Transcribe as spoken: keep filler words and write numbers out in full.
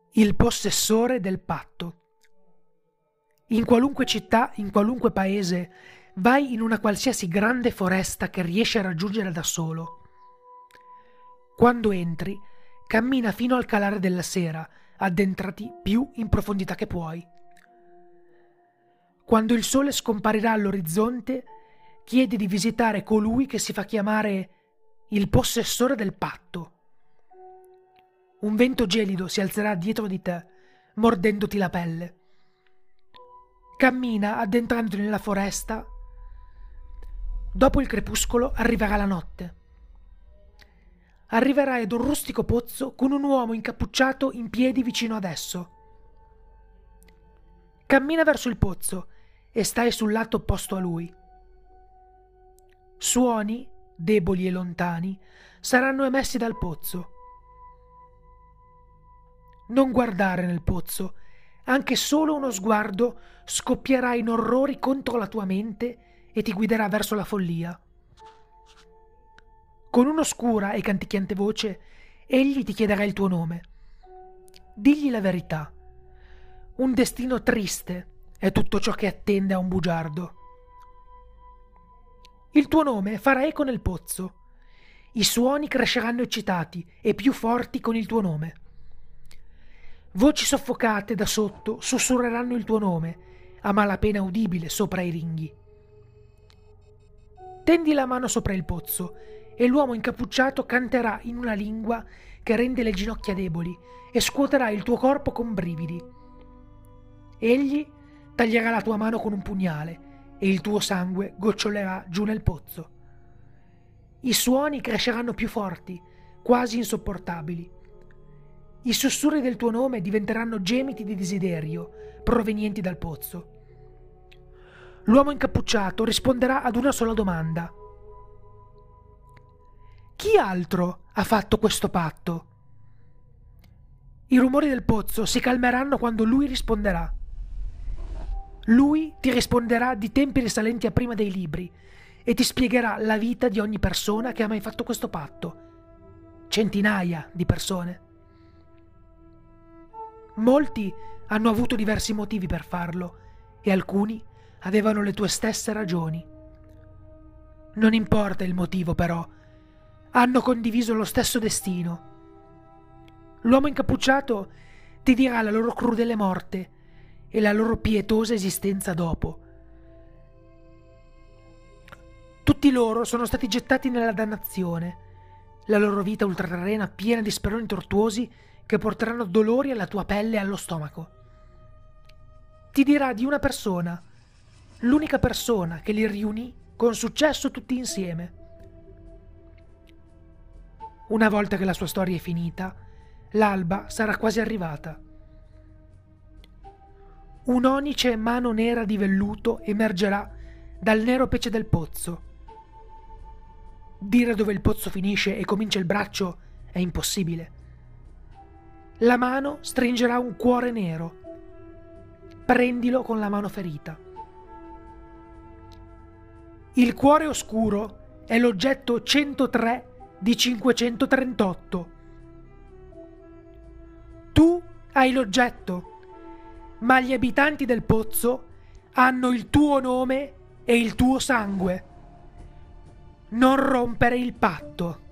Il possessore del patto. In qualunque città, in qualunque paese, vai in una qualsiasi grande foresta che riesci a raggiungere da solo. Quando entri, cammina fino al calare della sera, addentrati più in profondità che puoi. Quando il sole scomparirà all'orizzonte, chiedi di visitare colui che si fa chiamare il possessore del patto. Un vento gelido si alzerà dietro di te, mordendoti la pelle. Cammina addentrandoti nella foresta. Dopo il crepuscolo arriverà la notte. Arriverai ad un rustico pozzo con un uomo incappucciato in piedi vicino ad esso. Cammina verso il pozzo e stai sul lato opposto a lui. Suoni, deboli e lontani, saranno emessi dal pozzo. Non guardare nel pozzo, anche solo uno sguardo scoppierà in orrori contro la tua mente e ti guiderà verso la follia. Con un'oscura e canticchiante voce, egli ti chiederà il tuo nome. Digli la verità. Un destino triste è tutto ciò che attende a un bugiardo. Il tuo nome farà eco nel pozzo. I suoni cresceranno eccitati e più forti con il tuo nome. Voci soffocate da sotto sussurreranno il tuo nome, a malapena udibile sopra i ringhi. Tendi la mano sopra il pozzo e l'uomo incappucciato canterà in una lingua che rende le ginocchia deboli e scuoterà il tuo corpo con brividi. Egli taglierà la tua mano con un pugnale e il tuo sangue gocciolerà giù nel pozzo. I suoni cresceranno più forti, quasi insopportabili. I sussurri del tuo nome diventeranno gemiti di desiderio provenienti dal pozzo. L'uomo incappucciato risponderà ad una sola domanda. Chi altro ha fatto questo patto? I rumori del pozzo si calmeranno quando lui risponderà. Lui ti risponderà di tempi risalenti a prima dei libri e ti spiegherà la vita di ogni persona che ha mai fatto questo patto. Centinaia di persone. Molti hanno avuto diversi motivi per farlo e alcuni avevano le tue stesse ragioni. Non importa il motivo, però, hanno condiviso lo stesso destino. L'uomo incappucciato ti dirà la loro crudele morte e la loro pietosa esistenza dopo. Tutti loro sono stati gettati nella dannazione, la loro vita ultraterrena piena di speroni tortuosi che porteranno dolori alla tua pelle e allo stomaco. Ti dirà di una persona, l'unica persona che li riunì con successo tutti insieme. Una volta che la sua storia è finita, l'alba sarà quasi arrivata. Un'onice mano nera di velluto emergerà dal nero pece del pozzo. Dire dove il pozzo finisce e comincia il braccio è impossibile. La mano stringerà un cuore nero. Prendilo con la mano ferita. Il cuore oscuro è l'oggetto centotré di cinquecentotrentotto. Tu hai l'oggetto, ma gli abitanti del pozzo hanno il tuo nome e il tuo sangue. Non rompere il patto.